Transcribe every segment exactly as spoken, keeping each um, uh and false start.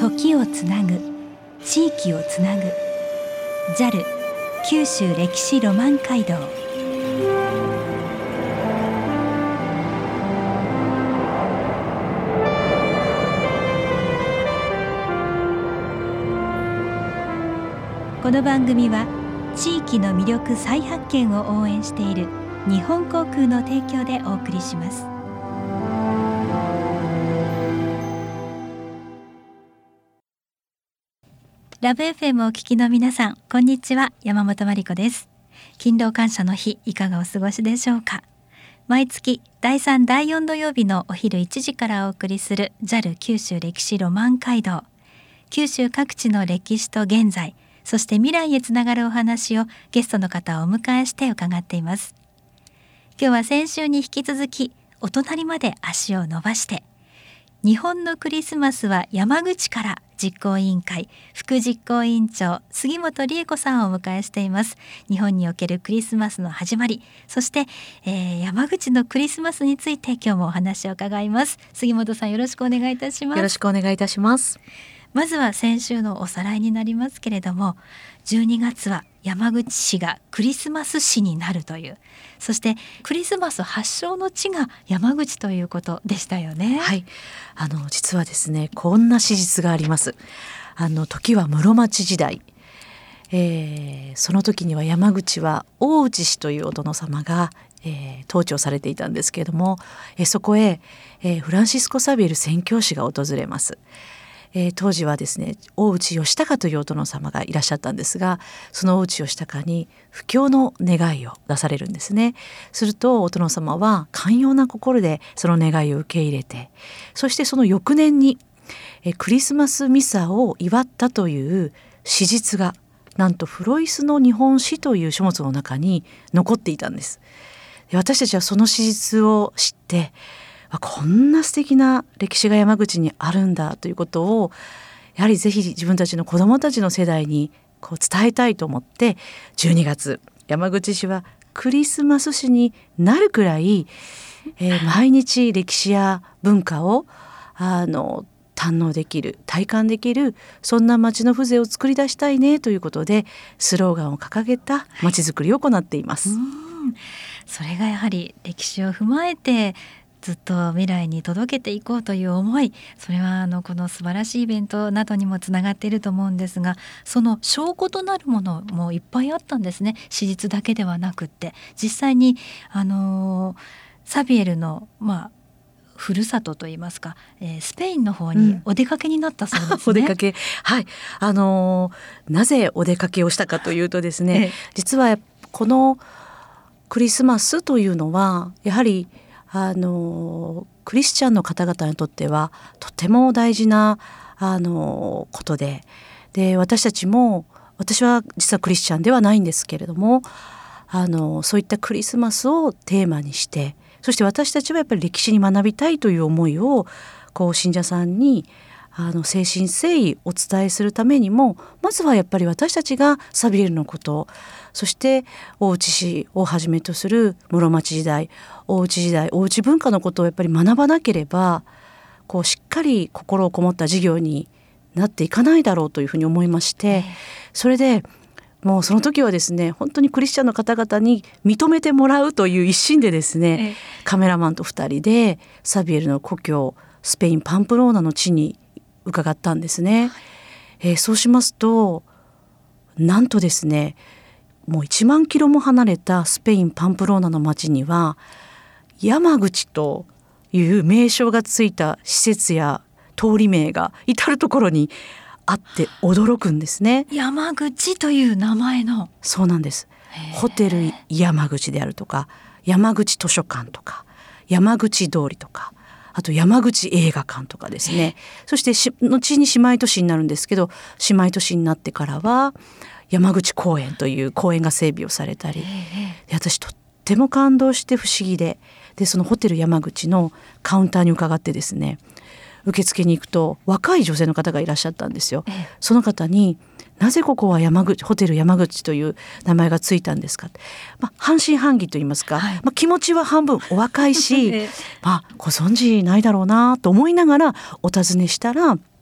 時をつなぐ、地域をつなぐ ジャル 九州歴史ロマン街道。この番組は地域の魅力再発見を応援している日本航空の提供でお送りします。ラブ エフエム をお聞きの皆さん、こんにちは。山本真理子です。勤労感謝の日、いかがお過ごしでしょうか。毎月だいさん、だいよん土曜日のお昼いちじからお送りする ジャル 九州歴史ロマン街道。九州各地の歴史と現在、そして未来へつながるお話をゲストの方をお迎えして伺っています。今日は先週に引き続き、お隣まで足を伸ばして、日本のクリスマスは山口から実行委員会副実行委員長杉本理恵子さんをお迎えしています。日本におけるクリスマスの始まり、そして、えー、山口のクリスマスについて今日もお話を伺います。杉本さん、よろしくお願いいたします。 よろしくお願いいたします。 まずは先週のおさらいになりますけれども、じゅうにがつは山口市がクリスマス市になるという、そしてクリスマス発祥の地が山口ということでしたよね。 はい、あの実はですね、こんな史実があります。あの時は室町時代、えー、その時には山口は大内氏というお殿様が、えー、統治をされていたんですけれども、えー、そこへ、えー、フランシスコ・サビエル宣教師が訪れます。えー、当時はですね、大内義高というお殿様がいらっしゃったんですが、その大内義高に布教の願いを出されるんですね。するとお殿様は寛容な心でその願いを受け入れて、そしてその翌年にえー、クリスマスミサを祝ったという史実が、なんとフロイスの日本史という書物の中に残っていたんです。で、私たちはその史実を知って、こんな素敵な歴史が山口にあるんだということを、やはりぜひ自分たちの子どもたちの世代にこう伝えたいと思って、じゅうにがつ山口市はクリスマス市になるくらい、えー、毎日歴史や文化をあの堪能できる、体感できる、そんな街の風情を作り出したいねということで、スローガンを掲げた街づくりを行っています。 うん、それがやはり歴史を踏まえてずっと未来に届けていこうという思い、それはあのこの素晴らしいイベントなどにもつながっていると思うんですが、その証拠となるものもいっぱいあったんですね。史実だけではなくって、実際にあのサビエルのまあふるさとといいますか、えー、スペインの方にお出かけになったそうですね。 うん、お出かけ、はい、あのー、なぜお出かけをしたかというとですね、ええ、実はこのクリスマスというのはやはりあのクリスチャンの方々にとってはとても大事なあのことで、で私たちも、私は実はクリスチャンではないんですけれども、あのそういったクリスマスをテーマにして、そして私たちはやっぱり歴史に学びたいという思いをこう信者さんにあの誠心誠意お伝えするためにも、まずはやっぱり私たちがサビエルのこと、そして大内氏をはじめとする室町時代、大内時代、大内文化のことをやっぱり学ばなければ、こうしっかり心をこもった事業になっていかないだろうというふうに思いまして、それでもうその時はですね、本当にクリスチャンの方々に認めてもらうという一心でですね、カメラマンとふたりでサビエルの故郷スペインパンプローナの地に伺ったんですね。えー、そうしますと、なんとですね、もういちまんキロも離れたスペインパンプローナの町には山口という名称がついた施設や通り名が至るところにあって驚くんですね。 山口という名前の。 そうなんです。ホテル山口であるとか、山口図書館とか、山口通りとか、あと山口映画館とかですね、そしてし後に姉妹都市になるんですけど、姉妹都市になってからは山口公園という公園が整備をされたり、で私とっても感動して不思議で、でそのホテル山口のカウンターに伺ってですね、受付に行くと若い女性の方がいらっしゃったんですよ。その方に、なぜここは山口ホテル山口という名前がついたんですか、まあ、半信半疑と言いますか、はい、まあ、気持ちは半分お若いし、まあ、ご存知ないだろうなと思いながらお尋ねしたら、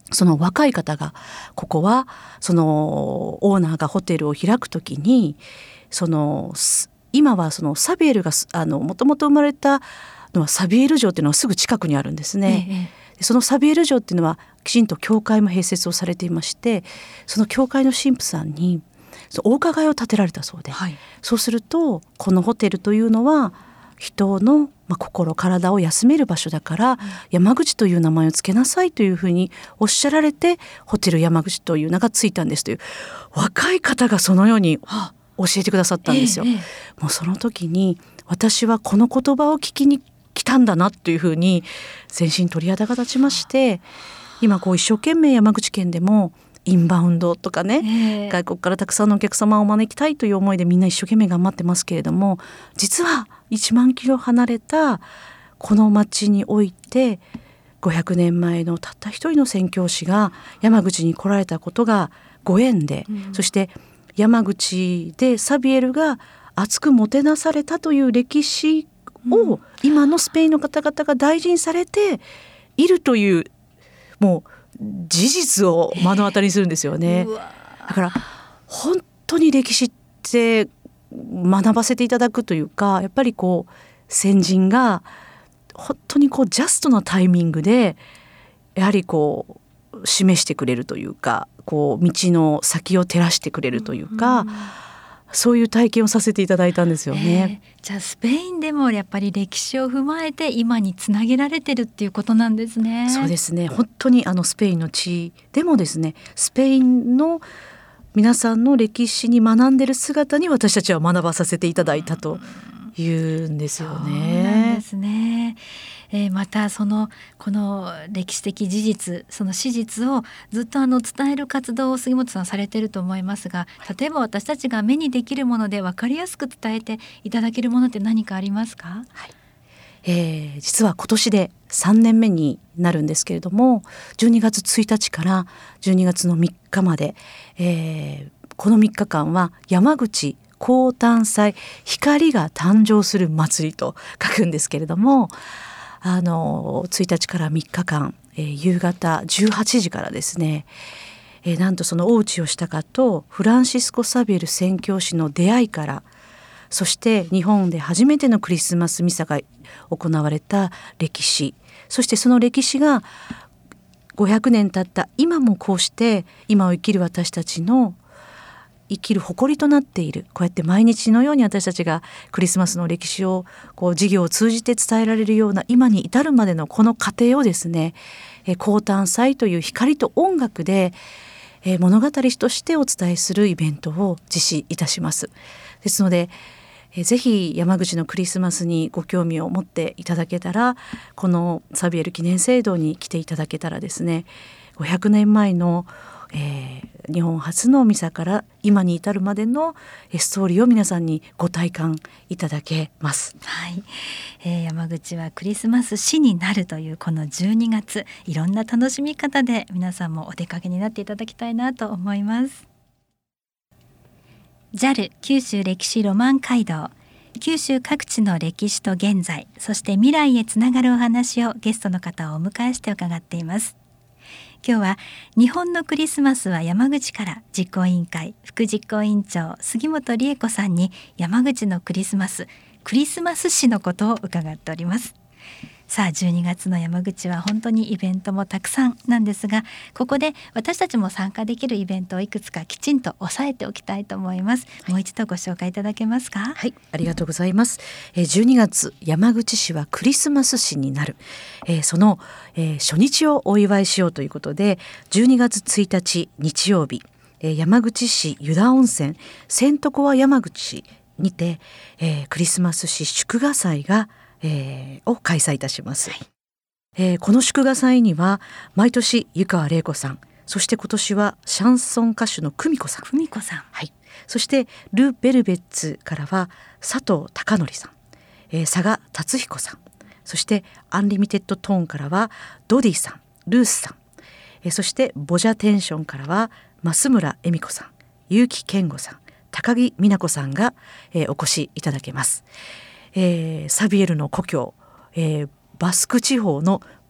その若い方がここはそのオーナーがホテルを開くときにその今はそのサビエルがもともと生まれたのはサビエル城っていうのはすぐ近くにあるんですね、ええ、そのサビエル城っていうのはきちんと教会も併設をされていまして、その教会の神父さんにお伺いを立てられたそうで、はい、そうするとこのホテルというのは人の、まあ、心体を休める場所だから、うん、山口という名前を付けなさいというふうにおっしゃられてホテル山口という名がついたんですという若い方がそのように教えてくださったんですよ、ええ、もうその時に私はこの言葉を聞きに来たんだなというふうに全身鳥肌が立ちまして、今こう一生懸命山口県でもインバウンドとかね、えー、外国からたくさんのお客様を招きたいという思いでみんな一生懸命頑張ってますけれども、実はいちまんキロ離れたこの町においてごひゃくねんまえのたった一人の宣教師が山口に来られたことがご縁で、うん、そして山口でサビエルが熱くもてなされたという歴史を今のスペインの方々が大事にされているというもう事実を目の当たりにするんですよね。だから本当に歴史って学ばせていただくというか、やっぱりこう先人が本当にこうジャストなタイミングでやはりこう示してくれるというか、こう道の先を照らしてくれるというか、うん、そういう体験をさせていただいたんですよね、 えー、じゃあスペインでもやっぱり歴史を踏まえて今につなげられてるっていうことなんですね。 そうですね、本当にあのスペインの地でもですね、スペインの皆さんの歴史に学んでる姿に私たちは学ばさせていただいたというんですよね。 そうなんですね。えー、またそのこの歴史的事実、その史実をずっとあの伝える活動を杉本さんされていると思いますが、例えば私たちが目にできるもので分かりやすく伝えていただけるものって何かありますか？ はい、えー、実は今年でさんねんめになるんですけれども、じゅうにがつついたちからじゅうにがつのみっかまで、えー、このみっかかんは山口降誕祭光が誕生する祭りと書くんですけれども、あのついたちからみっかかん、えー、夕方じゅうはちじからですね、えー、なんとその大内義隆とフランシスコ・サビエル宣教師の出会いから、そして日本で初めてのクリスマスミサが行われた歴史、そしてその歴史がごひゃくねん経った今もこうして今を生きる私たちの生きる誇りとなっている、こうやって毎日のように私たちがクリスマスの歴史をこう授業を通じて伝えられるような今に至るまでのこの過程をですね、降誕祭という光と音楽で物語としてお伝えするイベントを実施いたします。ですのでぜひ山口のクリスマスにご興味を持っていただけたら、このサビエル記念聖堂に来ていただけたらですね、ごひゃくねんまえのえー、日本初のミサから今に至るまでのストーリーを皆さんにご体感いただけます。 はい、えー、山口はクリスマス市になるというこのじゅうにがつ、いろんな楽しみ方で皆さんもお出かけになっていただきたいなと思います。 ジャル 九州歴史ロマン街道、九州各地の歴史と現在、そして未来へつながるお話をゲストの方をお迎えして伺っています。今日は日本のクリスマスは山口から実行委員会副実行委員長杉本理恵子さんに山口のクリスマス、クリスマス史のことを伺っております。さあじゅうにがつの山口は本当にイベントもたくさんなんですが、ここで私たちも参加できるイベントをいくつかきちんと押さえておきたいと思います。もう一度ご紹介いただけますか？ はい、ありがとうございます。えー、じゅうにがつ山口市はクリスマス市になる、えー、その、えー、初日をお祝いしようということで、じゅうにがつついたち日曜日、えー、山口市湯田温泉千床は山口にて、えー、クリスマス市祝賀祭がえー、を開催いたします、はい。えー、この祝賀祭には毎年湯川玲子さん、そして今年はシャンソン歌手の久美子さん、 久美子さん、 はい、そしてル・ベルベッツからは佐藤孝則さん、えー、佐賀達彦さん、そしてアンリミテッドトーンからはドディさん、ルースさん、えー、そしてボジャテンションからは増村恵美子さん、結城健吾さん、高木美奈子さんが、えー、お越しいただけます。えー、サビエルの故郷、えー、バスク地方の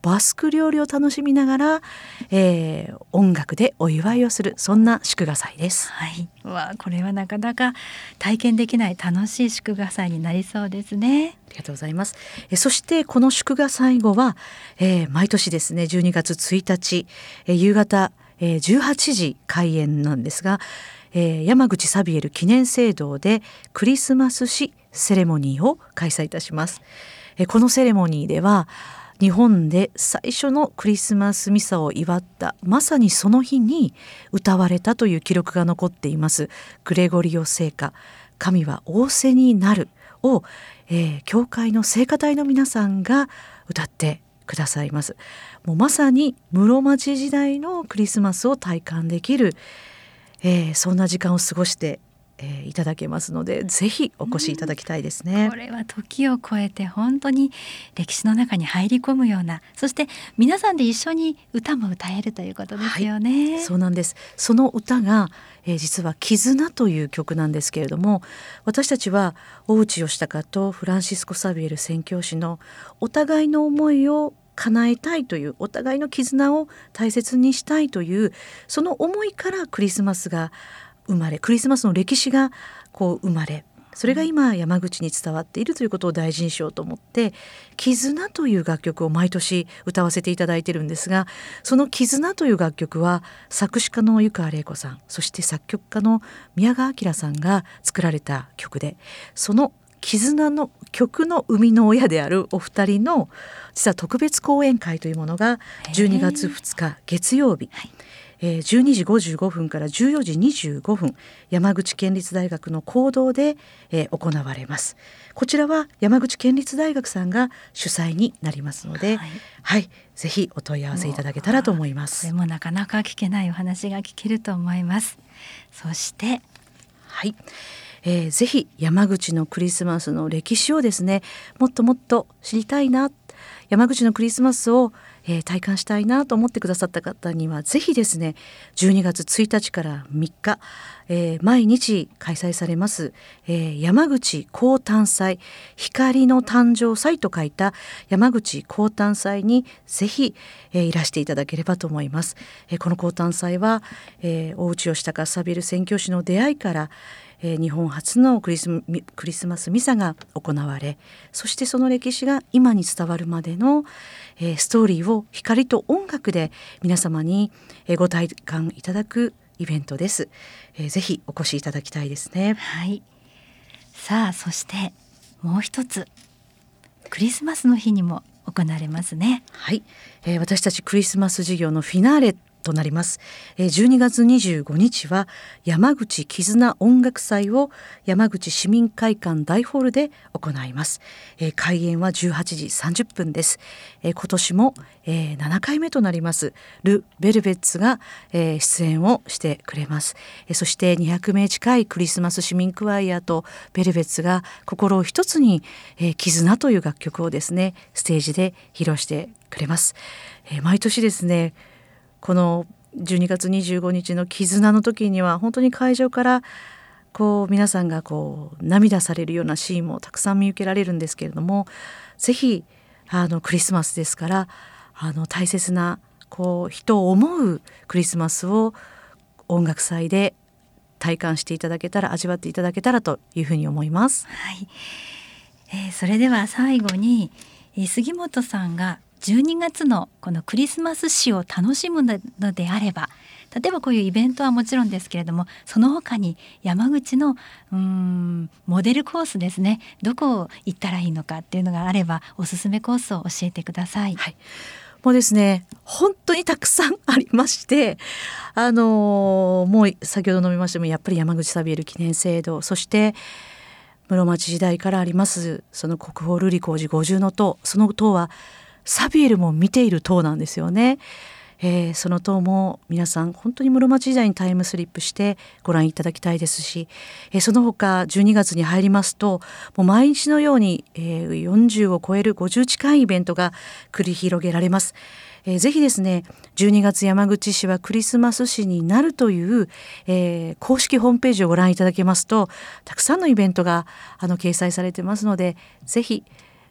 バスク料理を楽しみながら、えー、音楽でお祝いをする、そんな祝賀祭です。 はい、わあ、これはなかなか体験できない楽しい祝賀祭になりそうですね。 ありがとうございます。えそしてこの祝賀祭後は、えー、毎年ですねじゅうにがつついたち、えー、夕方、えー、じゅうはちじ開演なんですが、えー、山口サビエル記念聖堂でクリスマス詩セレモニーを開催いたします。えー、このセレモニーでは日本で最初のクリスマスミサを祝ったまさにその日に歌われたという記録が残っていますグレゴリオ聖歌神は仰せになるを、えー、教会の聖歌隊の皆さんが歌ってくださいます。もうまさに室町時代のクリスマスを体感できる、えー、そんな時間を過ごしてえー、いただけますので、ぜひお越しいただきたいですね。 うん、これは時を超えて本当に歴史の中に入り込むような、そして皆さんで一緒に歌も歌えるということですよね。 はい、そうなんです。その歌が、えー、実は絆という曲なんですけれども、私たちは大内義隆とフランシスコ・サビエル宣教師のお互いの思いを叶えたいという、お互いの絆を大切にしたいというその思いからクリスマスが生まれ、クリスマスの歴史がこう生まれ、それが今山口に伝わっているということを大事にしようと思って絆という楽曲を毎年歌わせていただいているんですが、その絆という楽曲は作詞家の湯川玲子さん、そして作曲家の宮川明さんが作られた曲で、その絆の曲の生みの親であるお二人の実は特別講演会というものがじゅうにがつふつか月曜日、はいえー、じゅうにじごじゅうごふんからじゅうよじにじゅうごふん山口県立大学の講堂で、えー、行われます。こちらは山口県立大学さんが主催になりますので、はいはい、ぜひお問い合わせいただけたらと思います。 これもなかなか聞けないお話が聞けると思います。そしてはい、えー、ぜひ山口のクリスマスの歴史をですねもっともっと知りたいな、山口のクリスマスをえー、体感したいなと思ってくださった方にはぜひですねじゅうにがつついたちからみっか、えー、毎日開催されます、えー、山口降誕祭、光の誕生祭と書いた山口降誕祭にぜひ、えー、いらしていただければと思います。えー、この降誕祭は、えー、大内義隆サビエル宣教師の出会いからえー、日本初のクリス、クリスマスミサが行われ、そしてその歴史が今に伝わるまでの、えー、ストーリーを光と音楽で皆様に、えー、ご体感いただくイベントです。えー、ぜひお越しいただきたいですね。 はい、さあそしてもう一つクリスマスの日にも行われますね。 はい、えー、私たちクリスマス事業のフィナーレとなります。じゅうにがつにじゅうごにちは山口絆音楽祭を山口市民会館大ホールで行います。開演はじゅうはちじさんじゅっぷんです。今年もななかいめとなりますル・ベルベッツが出演をしてくれます。そしてにひゃくめい近いクリスマス市民クワイアとベルベッツが心を一つに絆という楽曲をですねステージで披露してくれます。毎年ですねこのじゅうにがつにじゅうごにちの絆の時には本当に会場からこう皆さんがこう涙されるようなシーンもたくさん見受けられるんですけれども、ぜひあのクリスマスですからあの大切なこう人を思うクリスマスを音楽祭で体感していただけたら、味わっていただけたらというふうに思います。 はい、えー、それでは最後に杉本さんがじゅうにがつのこのクリスマス詩を楽しむのであれば、例えばこういうイベントはもちろんですけれども、その他に山口のうーんモデルコースですね、どこを行ったらいいのかっていうのがあればおすすめコースを教えてください。 はい、もうですね本当にたくさんありまして、あのー、もう先ほど述べましたようにやっぱり山口サビエル記念聖堂、そして室町時代からありますその国宝瑠璃光寺五重塔、その塔はサビエルも見ている塔なんですよね。えー、その塔も皆さん本当に室町時代にタイムスリップしてご覧いただきたいですし、えー、その他じゅうにがつに入りますともう毎日のように、えー、よんじゅうを超えるごじゅう近いイベントが繰り広げられます。えー、ぜひですねじゅうにがつ山口市はクリスマス市になるという、えー、公式ホームページをご覧いただけますとたくさんのイベントがあの掲載されてますので、ぜひ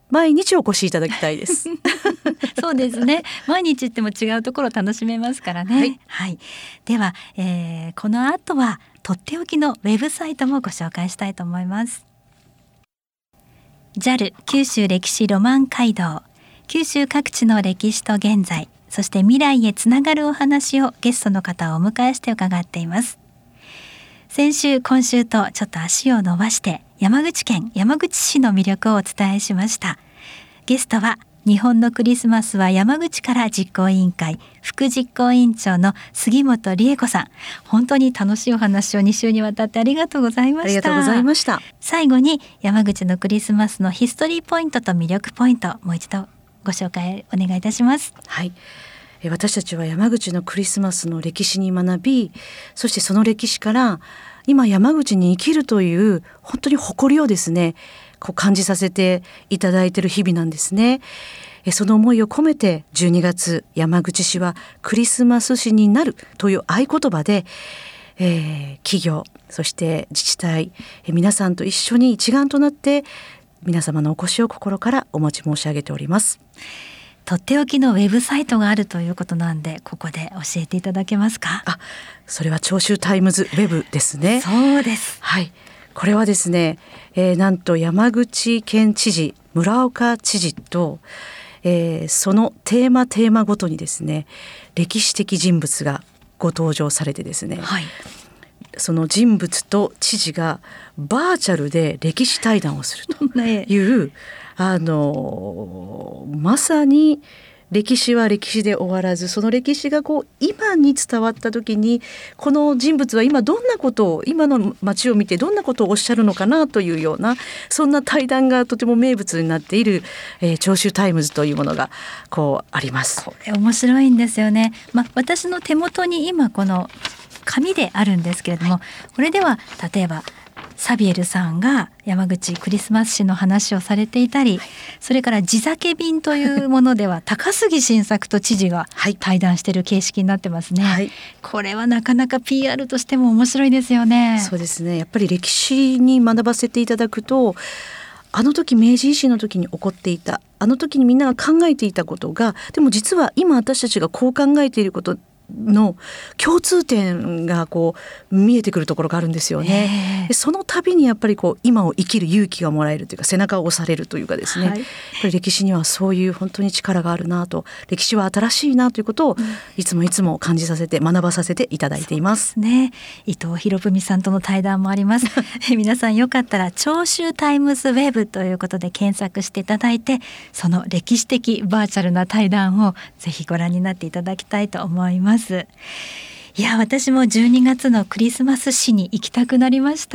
毎日お越しいただきたいですそうですね、毎日行っても違うところを楽しめますからね。はい、はい、では、えー、この後はとっておきのウェブサイトもご紹介したいと思います。 ジャル 九州歴史ロマン街道、九州各地の歴史と現在、そして未来へつながるお話をゲストの方をお迎えして伺っています。先週今週とちょっと足を伸ばして山口県山口市の魅力をお伝えしました。ゲストは日本のクリスマスは山口から実行委員会副実行委員長の杉本理恵子さん、本当に楽しいお話をに週にわたってありがとうございました。 ありがとうございました。 最後に山口のクリスマスのヒストリーポイントと魅力ポイント、もう一度ご紹介お願いいたします。 はい、私たちは山口のクリスマスの歴史に学び、そしてその歴史から今山口に生きるという本当に誇りをですね、こう感じさせていただいている日々なんですね。その思いを込めてじゅうにがつ、山口市はクリスマス市になるという合言葉で、えー、企業そして自治体、え皆さんと一緒に一丸となって皆様のお越しを心からお待ち申し上げております。 とっておきのウェブサイトがあるということなんで、ここで教えていただけますか？ あ、それは長州タイムズウェブですね。 そうです。 はい、これはですね、えー、なんと山口県知事、村岡知事と、えー、そのテーマテーマごとにですね、歴史的人物がご登場されてですね、 はい、 その人物と知事がバーチャルで歴史対談をするという、ね、あのまさに歴史は歴史で終わらず、その歴史がこう今に伝わった時に、この人物は今どんなことを、今の街を見てどんなことをおっしゃるのかなというような、そんな対談がとても名物になっている、えー、長州タイムズというものがこうあります。 これ面白いんですよね。ま、私の手元に今この紙であるんですけれども、これでは例えばサビエルさんが山口クリスマス市の話をされていたり、それから地酒便というものでは高杉晋作と知事が対談している形式になってますね。はい、これはなかなか ピーアール としても面白いですよね。 そうですね、やっぱり歴史に学ばせていただくと、あの時明治維新の時に起こっていた、あの時にみんなが考えていたことが、でも実は今私たちがこう考えていることの共通点がこう見えてくるところがあるんですよね。でその度にやっぱりこう今を生きる勇気がもらえるというか、背中を押されるというかですね、はい、やっぱり歴史にはそういう本当に力があるなと、歴史は新しいなということをいつもいつも感じさせて、学ばさせていただいています。 そうですね、伊藤博文さんとの対談もあります皆さんよかったら長州タイムズウェブということで検索していただいて、その歴史的バーチャルな対談をぜひご覧になっていただきたいと思います。いや、私もじゅうにがつのクリスマス市に行きたくなりました。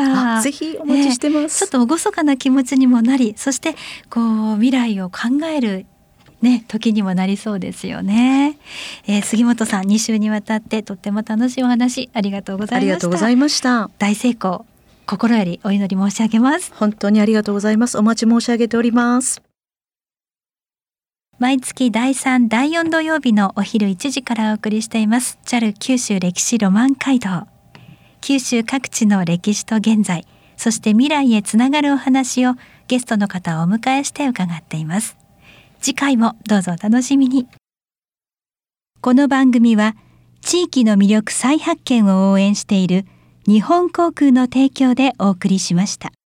ぜひお待ちしてます、 えー、ちょっと厳かな気持ちにもなり、そしてこう未来を考えるね、時にもなりそうですよね。えー、杉本さん、に週にわたってとっても楽しいお話ありがとうございました。 ありがとうございました。 大成功、心よりお祈り申し上げます。 本当にありがとうございます。お待ち申し上げております。 毎月だいさん、だいよん土曜日のお昼いちじからお送りしています ジャル 九州歴史ロマン街道。九州各地の歴史と現在、そして未来へつながるお話をゲストの方をお迎えして伺っています。次回もどうぞお楽しみに。この番組は地域の魅力再発見を応援している日本航空の提供でお送りしました。